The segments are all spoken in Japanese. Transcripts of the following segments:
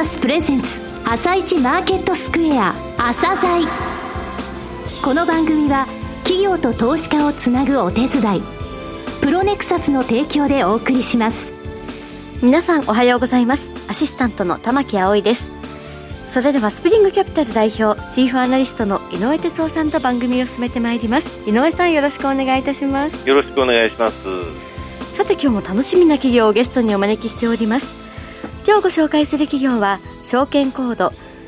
サスプレゼンツ朝市マーケットスクエア朝鮮。この番組は企業と投資家をつなぐお手伝いプロネクサスの提供でお送りします。 皆さんおはようございます。アシスタントの玉木葵です。それではスプリングキャピタル代表チーフアナリストの井上哲夫さんと番組を進めてまいります。井上さん、よろしくお願いいたします。 よろしくお願いします。 さて、今日も楽しみな企業をゲストにお招きしております。今日ご紹介する企業は証券コード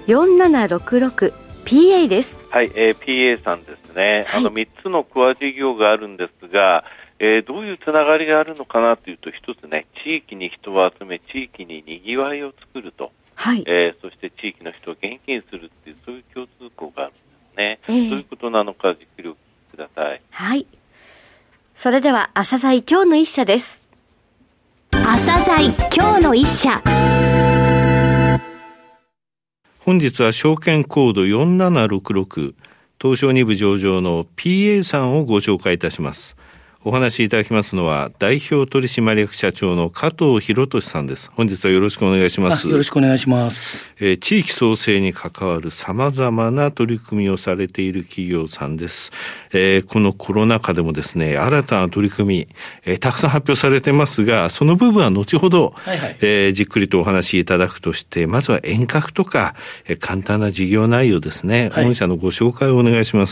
4766PA です。 はい、PA さんですね、はい、3つのコア事業があるんですが、どういうつながりがあるのかなというと、一つね、地域に人を集め地域ににぎわいを作ると、はい、そして地域の人を元気にするっていう、そういう共通項があるんですね。どういうことなのかじっくりお聞きください。 はい、それでは朝鮮今日の一社です。 朝鮮今日の一社。 本日は証券コード4766東証2部上場の PA さんをご紹介いたします。お話しいただきますのは代表取締役社長の加藤博俊さんです。本日はよろしくお願いします。 よろしくお願いします。 地域創生に関わる様々な取り組みをされている企業さんです。このコロナ禍でもですね、新たな取り組み、たくさん発表されてますが、その部分は後ほど、じっくりとお話しいただくとして、まずは遠隔とか、簡単な事業内容ですね、御社のご紹介をお願いします。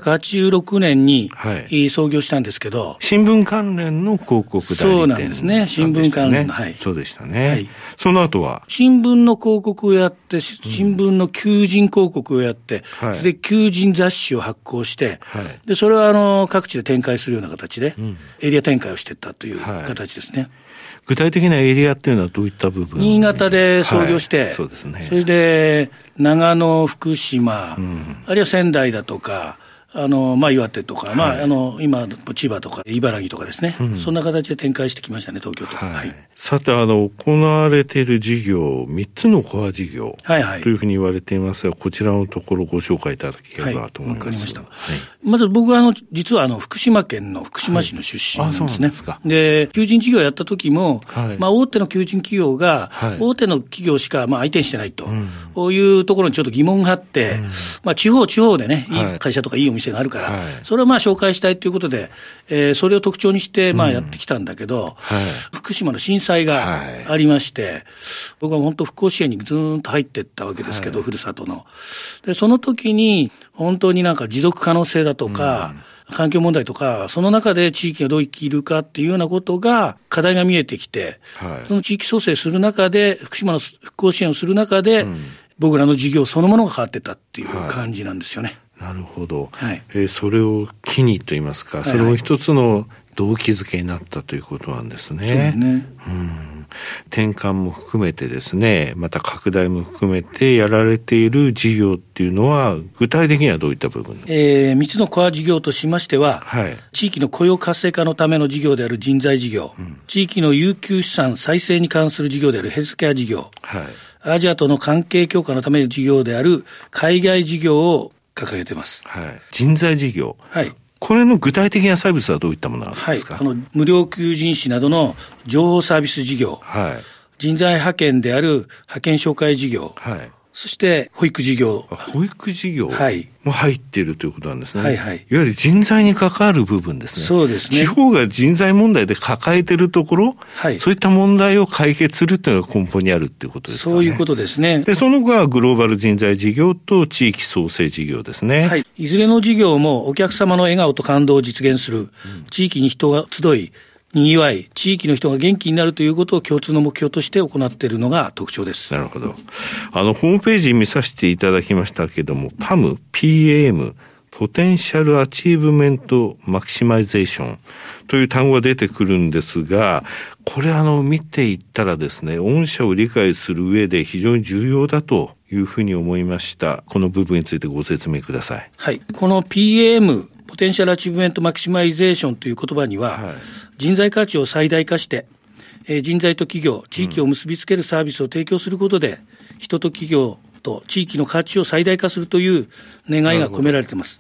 1986年に、創業したんですけど、 新聞関連の広告代理店、 そうなんですね。新聞関連、 そうでしたね。その後は新聞の広告をやって、新聞の求人広告をやって、で求人雑誌を発行して、でそれは各地で展開するような形で、エリア展開をしていったという形ですね。 具体的なエリアっていうのはどういった部分？ 新潟で創業して、そうですね。それで長野、福島、あるいは仙台だとか、岩手とか、今、千葉とか、茨城とかですね、そんな形で展開してきましたね、東京とか。 さて、行われている事業、3つのコア事業、というふうに言われていますが、こちらのところご紹介いただければと思います。わかりました。 まず僕は、実は福島県の福島市の出身なんですね。で、求人事業をやった時も、大手の求人企業が、大手の企業しか、相手にしてないと、こういうところにちょっと疑問があって、地方でね、いい会社とかいいお店があるから、それを紹介したいということで、それを特徴にしてやってきたんだけど、福島の震災がありまして、僕は本当復興支援にずーんと入っていったわけですけど、ふるさとの。で、その時に本当に持続可能性だとか、環境問題とか、その中で地域がどう生きるかっていうようなことが、課題が見えてきて、その地域創生する中で、福島の復興支援をする中で、僕らの事業そのものが変わってったっていう感じなんですよね。 なるほど。それを機にといいますか、それも一つの動機づけになったということなんですね。 そうですね。 転換も含めてですね、また拡大も含めてやられている事業っていうのは、具体的にはどういった部分 3つのコア事業としましては、地域の雇用活性化のための事業である人材事業、地域の有給資産再生に関する事業であるヘルスケア事業、アジアとの関係強化のための事業である海外事業を掲げています。 人材事業。これの具体的なサービスはどういったものなんですか？ 無料求人誌などの情報サービス事業、人材派遣である派遣紹介事業、そして保育事業。 保育事業も入っているということなんですね。いわゆる人材に関わる部分ですね。 そうですね。 地方が人材問題で抱えているところ、そういった問題を解決するというのが根本にあるということですかね。 そういうことですね。 で、その後はグローバル人材事業と地域創生事業ですね。 いずれの事業もお客様の笑顔と感動を実現する、地域に人が集い、にぎわい、地域の人が元気になるということを共通の目標として行っているのが特徴です。 なるほど。ホームページ見させていただきましたけども、PAM、ポテンシャルアチーブメントマキシマイゼーションという単語が出てくるんですが、これ見ていったらですね、御社を理解する上で非常に重要だというふうに思いました。この部分についてご説明ください。 この PAM、ポテンシャルアチーブメントマキシマイゼーションという言葉には、人材価値を最大化して、人材と企業、地域を結びつけるサービスを提供することで、人と企業と地域の価値を最大化するという願いが込められています。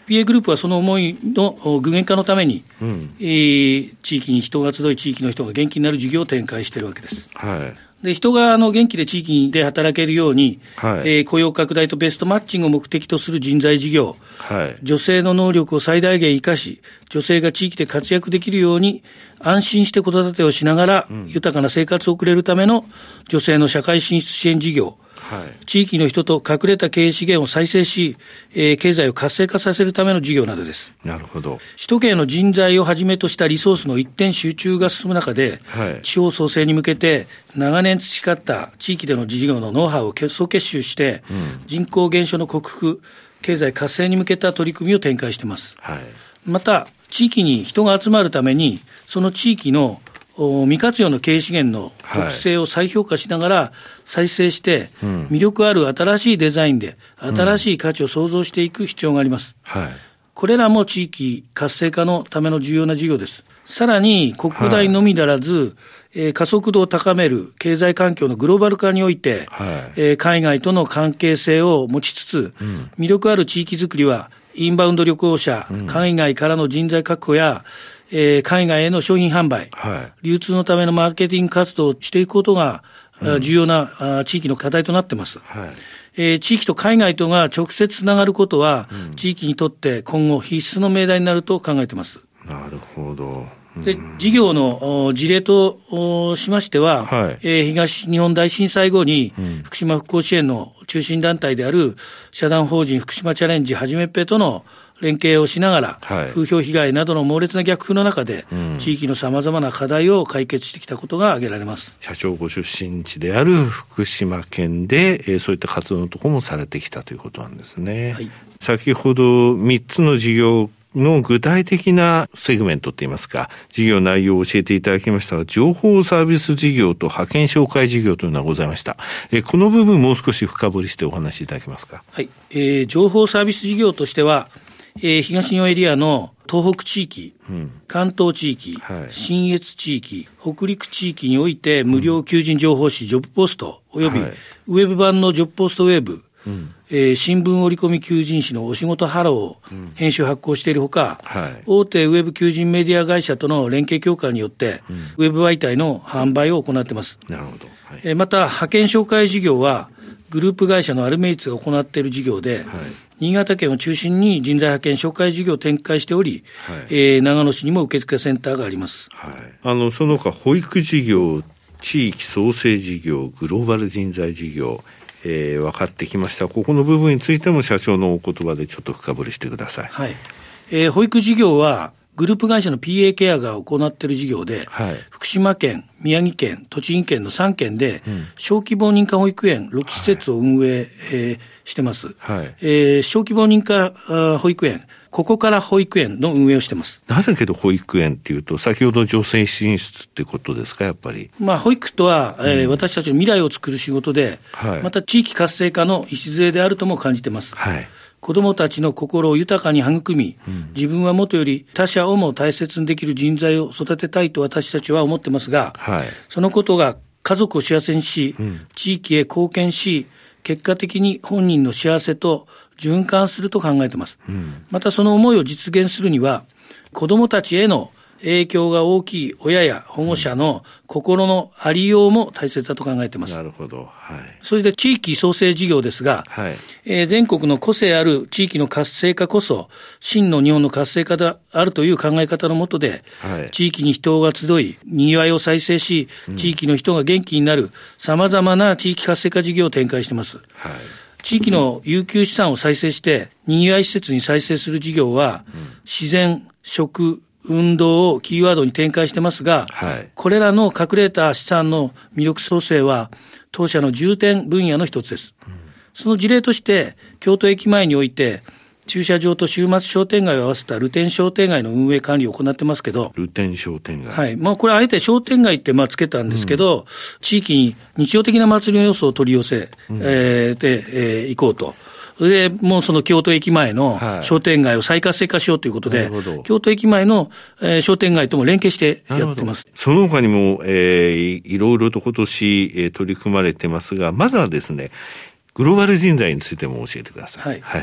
PA グループはその思いの具現化のために、地域に人が集い、地域の人が元気になる事業を展開しているわけです。で、人が元気で地域で働けるように、雇用拡大とベストマッチングを目的とする人材事業、女性の能力を最大限生かし、女性が地域で活躍できるように安心して子育てをしながら、豊かな生活を送れるための女性の社会進出支援事業、地域の人と隠れた経営資源を再生し、経済を活性化させるための事業などです。 なるほど。 首都圏の人材をはじめとしたリソースの一点集中が進む中で、地方創生に向けて長年培った地域での事業のノウハウを総結集して、人口減少の克服、経済活性に向けた取り組みを展開しています。また、地域に人が集まるために、その地域の未活用の経営資源の特性を再評価しながら再生して、魅力ある新しいデザインで新しい価値を創造していく必要があります。これらも地域活性化のための重要な事業です。さらに国内のみならず、加速度を高める経済環境のグローバル化において、海外との関係性を持ちつつ、魅力ある地域づくりはインバウンド旅行者、海外からの人材確保や海外への商品販売、流通のためのマーケティング活動をしていくことが、重要な地域の課題となっています。地域と海外とが直接つながることは、地域にとって今後必須の命題になると考えています。 なるほど。 で、事業の事例としましては、東日本大震災後に福島復興支援の中心団体である社団法人福島チャレンジはじめっぺとの連携をしながら、風評被害などの猛烈な逆風の中で、地域のさまざまな課題を解決してきたことが挙げられます。 社長ご出身地である福島県で、そういった活動のところもされてきたということなんですね。先ほど3つの事業の具体的なセグメントといいますか、事業内容を教えていただきましたが、情報サービス事業と派遣紹介事業というのがございました。この部分もう少し深掘りしてお話しいただけますか。 情報サービス事業としては、東日本エリアの東北地域、関東地域、信越地域、北陸地域において無料求人情報誌ジョブポストおよびウェブ版のジョブポストウェブ、新聞折り込み求人誌のお仕事ハローを編集発行しているほか、大手ウェブ求人メディア会社との連携強化によって、ウェブ媒体の販売を行っています。 なるほど。 また派遣紹介事業はグループ会社のアルメイツが行っている事業で、新潟県を中心に人材派遣紹介事業を展開しており、長野市にも受付センターがあります。 その他保育事業、地域創生事業、グローバル人材事業、分かってきました。ここの部分についても社長のお言葉でちょっと深掘りしてください。 保育事業はグループ会社の PA ケアが行っている事業で、福島県、宮城県、栃木県の3県で、小規模認可保育園6施設を運営、してます。小規模認可保育園、ここから保育園の運営をしています。 なぜけど保育園っていうと、先ほど女性進出ってことですか、やっぱり。 保育とは、私たちの未来を作る仕事で、また地域活性化の礎であるとも感じています。子どもたちの心を豊かに育み、自分はもとより他者をも大切にできる人材を育てたいと私たちは思ってますが、そのことが家族を幸せにし、地域へ貢献し、結果的に本人の幸せと循環すると考えています。またその思いを実現するには、子どもたちへの影響が大きい親や保護者の心のありようも大切だと考えています。 なるほど。 それで地域創生事業ですが、全国の個性ある地域の活性化こそ真の日本の活性化であるという考え方のもとで、地域に人が集い、にぎわいを再生し、地域の人が元気になるさまざまな地域活性化事業を展開しています。地域の有給資産を再生してにぎわい施設に再生する事業は、自然、食、運動をキーワードに展開してますが、これらの隠れた資産の魅力創生は当社の重点分野の一つです。その事例として京都駅前において駐車場と週末商店街を合わせた露天商店街の運営管理を行ってますけど、 露天商店街、 これあえて商店街ってつけたんですけど、地域に日常的な祭りの要素を取り寄せていこうと。で、もうその京都駅前の商店街を再活性化しようということで、京都駅前の商店街とも連携してやってます。 その他にも、いろいろと今年、取り組まれてますが、まずはですね、グローバル人材についても教えてください。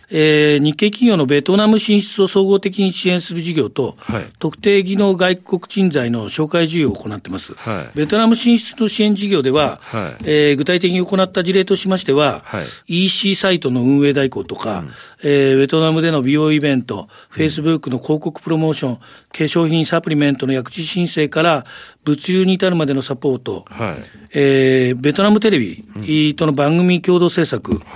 日系企業のベトナム進出を総合的に支援する事業と、はい、特定技能外国人材の紹介事業を行っています。はい、ベトナム進出の支援事業では、はい、具体的に行った事例としましては、はい、EC サイトの運営代行とか、ベトナムでの美容イベント、Facebook の広告プロモーション、化粧品サプリメントの薬事申請から物流に至るまでのサポート、はい、ベトナムテレビとの番組共同制作、はい、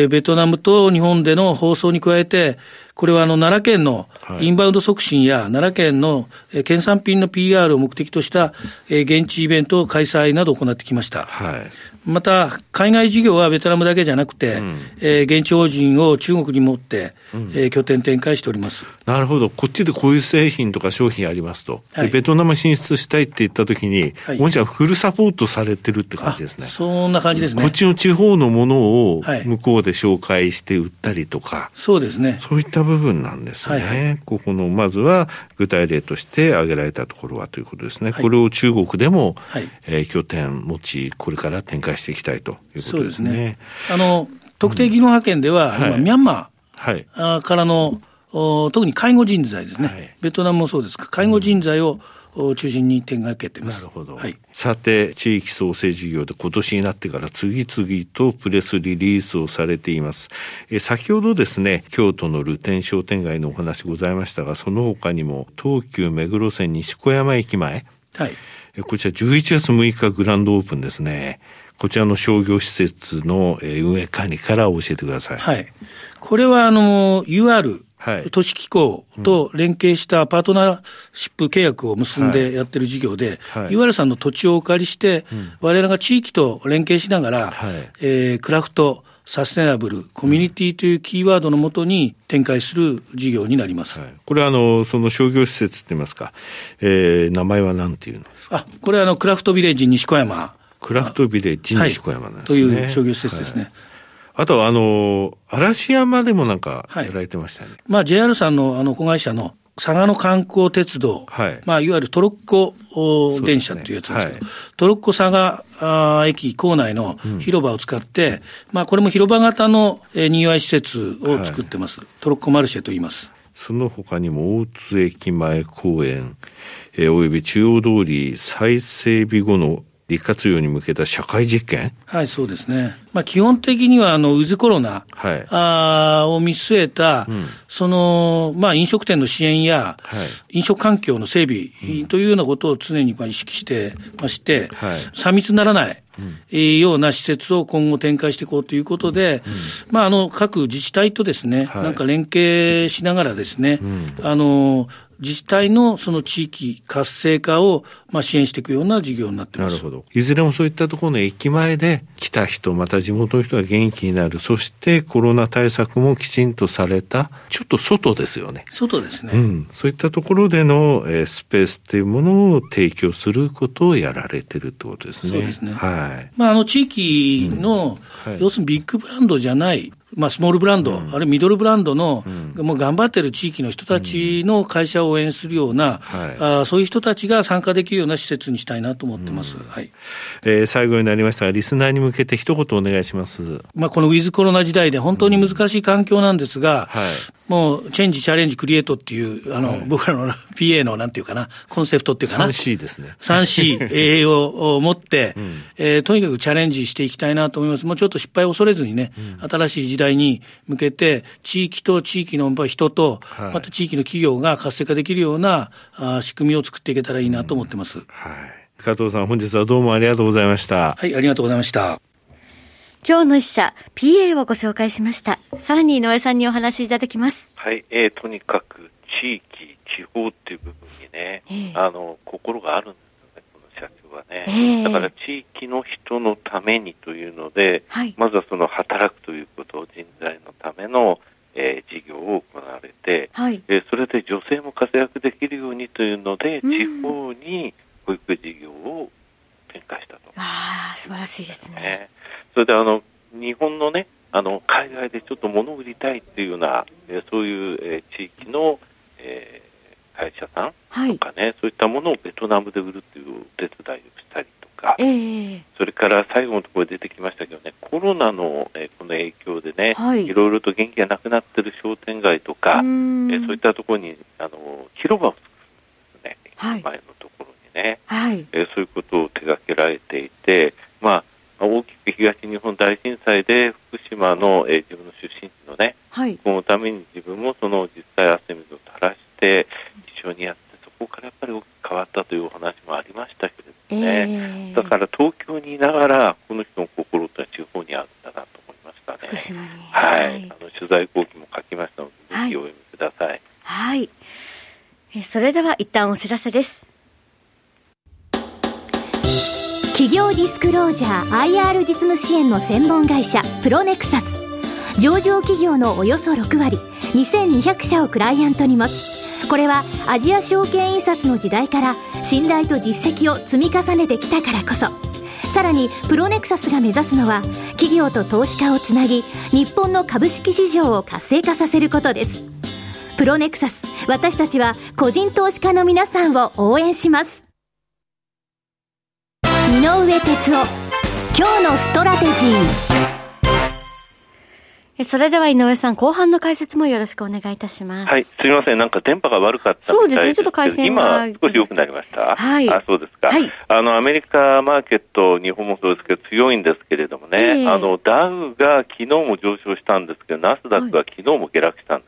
ベトナムと日本での放送に加えて、これは奈良県のインバウンド促進や奈良県の県産品の PR を目的とした現地イベント開催などを行ってきました。はい、また海外事業はベトナムだけじゃなくて、現地法人を中国に持って、拠点展開しております。 なるほど。こっちでこういう製品とか商品ありますと、はい、ベトナム進出したいって言ったときに、はい、御社はフルサポートされてるって感じですね。 そんな感じですね。 こっちの地方のものを向こうで紹介して売ったりとか、はい、 そうですね。 そういった部分なんですね。はいはい、ここのまずは具体例として挙げられたところはということですね。はい、これを中国でも、はい、拠点持ち、これから展開していきたいということですね。そうですね。 特定技能派遣では、今ミャンマーからの、特に介護人材ですね、はい、ベトナムもそうですが、介護人材を中心に展開けています。 なるほど。はい、さて、地域創生事業で今年になってから次々とプレスリリースをされています。先ほどですね、京都のルテン商店街のお話ございましたが、その他にも東急目黒線西小山駅前、はい、こちら11月6日グランドオープンですね。こちらの商業施設の運営管理から教えてください。 はい。これはUR、はい、都市機構と連携したパートナーシップ契約を結んでやってる事業で、はいはい、UR さんの土地をお借りして、我々が地域と連携しながら、はいクラフト、サステナブル、コミュニティというキーワードのもとに展開する事業になります。はい、 これはその商業施設って言いますか、名前は何ていうのですか？ これはクラフトビレッジ西小山。 クラフトビレッジ西小山なんですね。 という商業施設ですね。はい、 あとは嵐山でもなんかやられてましたね。 はい、JR さんの子会社の佐賀の観光鉄道、はいいわゆるトロッコ電車っていうやつですけど、はい、トロッコ佐賀駅構内の広場を使って、これも広場型のにぎわい施設を作ってます。はい、トロッコマルシェと言います。 その他にも大津駅前公園、および中央通り再整備後の利活用に向けた社会実験。 はい、そうですね。基本的にはウィズコロナ、はい、を見据えた、飲食店の支援や、はい、飲食環境の整備というようなことを常に意識してまして、はい、3密にならない、ような施設を今後展開していこうということで、各自治体とですね、はい、なんか連携しながらですね、自治体のその地域活性化を支援していくような事業になっています。 なるほど。いずれもそういったところの駅前で来た人、また地元の人が元気になる。そしてコロナ対策もきちんとされた、ちょっと外ですよね。 外ですね。 そういったところでの、スペースというものを提供することをやられてるってことですね。 そうですね。 はい。 地域の、要するにビッグブランドじゃない、スモールブランド、あるいはミドルブランドの、もう頑張ってる地域の人たちの会社を応援するような、そういう人たちが参加できるような施設にしたいなと思ってます。はい。 最後になりましたが、リスナーに向けて一言お願いします。 このウィズコロナ時代で本当に難しい環境なんですが、もうチェンジ、チャレンジ、クリエイトっていう、僕らの PA のなんていうかな、コンセプトっていうかな。 3C ですね。 3C を持って、とにかくチャレンジしていきたいなと思います。もうちょっと失敗を恐れずにね、新しい時代に向けて、地域と地域の人と、また地域の企業が活性化できるような仕組みを作っていけたらいいなと思ってます。はい。 加藤さん、本日はどうもありがとうございました。 はい、ありがとうございました。 今日の一社 PA をご紹介しました。さらに井上さんにお話しいただきます。 はい、とにかく地域、地方っていう部分にね、心があるんですよね、この社長はね。だから地域の人のためにというので、まずはその働くということ、人材のための、事業を行われて、それで女性も活躍できるようにというので、地方に保育事業を展開したと。 素晴らしいですね。 それで日本のね、海外でちょっと物を売りたいっていうような、そういう、地域の、会社さんとかね、そういったものをベトナムで売るっていうお手伝いをしたりとか、それから最後のところで出てきましたけどね、コロナの、この影響でね、いろいろと元気がなくなっている商店街とか、そういったところに広場を作るんですね、前のところにね、そういうことを手掛けられていて、大きく東日本大震災で福島の、自分の出身地のね、このために自分もその実際汗水を垂らして一緒にやって、そこからやっぱり大きく変わったというお話もありましたけれどもね、だから東京にいながらこの人の心というのは地方にあるんだなと思いましたね。 福島に、 取材後期も書きましたので、ぜひお読みください。 それでは一旦お知らせです。 企業ディスクロージャー IR 実務支援の専門会社プロネクサス、上場企業のおよそ6割2200社をクライアントに持つ。これはアジア証券印刷の時代から信頼と実績を積み重ねてきたからこそ、さらにプロネクサスが目指すのは企業と投資家をつなぎ、日本の株式市場を活性化させることです。プロネクサス、私たちは個人投資家の皆さんを応援します。井上哲夫、今日のストラテジー。それでは井上さん、後半の解説もよろしくお願いいたします。 すみません、なんか電波が悪かったみたいですけど、そうですね、 ちょっと回線が今少し良くなりました。そうですか。アメリカマーケット、日本もそうですけど強いんですけれどもね、ダウが昨日も上昇したんですけど、ナスダックが昨日も下落したんです。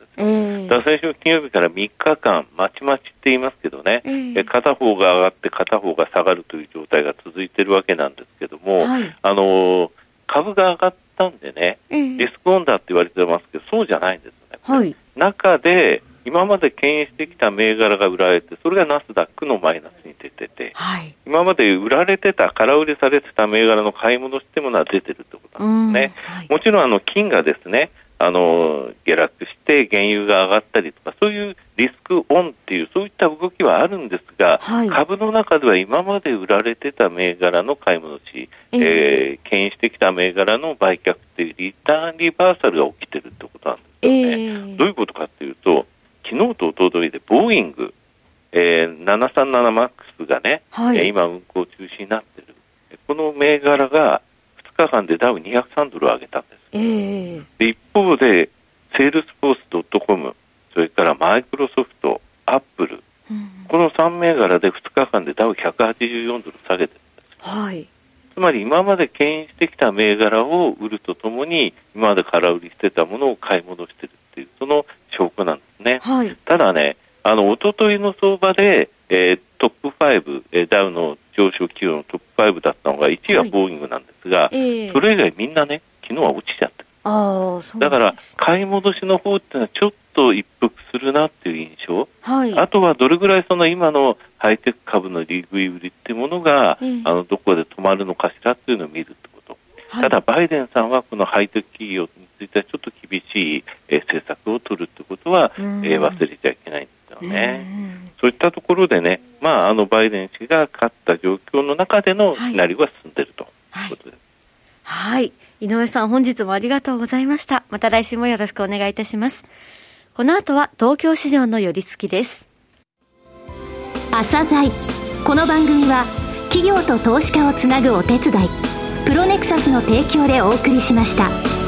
だから先週金曜日から3日間まちまちって言いますけどね、片方が上がって片方が下がるという状態が続いているわけなんですけども、株が上がったんでね、リスクオンだって言われてますけど、そうじゃないんですよね。中で今まで牽引してきた銘柄が売られて、それがナスダックのマイナスに出てて、今まで売られてた、空売りされてた銘柄の買い戻しってものは出てるってことなんですね。もちろん金がですね、下落して原油が上がったりとか、そういうリスクオンっていうそういった動きはあるんですが、株の中では今まで売られてた銘柄の買い戻し、牽引してきた銘柄の売却っていうリターンリバーサルが起きてるってことなんですよね。どういうことかっていうと、昨日と一昨日でボーイング、737マックスがね、今運行中止になってる。この銘柄が2日間でダウ203ドル上げたんです。で一方でセールスフォース .com、 それからマイクロソフト、アップル、この3銘柄で2日間でダウ184ドル下げてるんです。つまり今まで牽引してきた銘柄を売るとともに、今まで空売りしてたものを買い戻してるっていう、その証拠なんですね。ただね、一昨日の相場で、トップ5、ダウの上昇企業のトップ5だったのが1位はボーイングなんですが、それ以外みんなね、昨日は落ちちゃってる。だから買い戻しの方っていうのはちょっと一服するなっていう印象、あとはどれぐらいその今のハイテク株の利食い売りっていうものが、どこで止まるのかしらっていうのを見るってこと、ただバイデンさんはこのハイテク企業についてはちょっと厳しい、政策を取るってことは、忘れちゃいけないんですよね。そういったところでね、バイデン氏が勝った状況の中でのシナリオが進んでいるということです。 井上さん、本日もありがとうございました。また来週もよろしくお願いいたします。この後は東京市場の寄り付きです。 朝鮮。この番組は企業と投資家をつなぐお手伝い、プロネクサスの提供でお送りしました。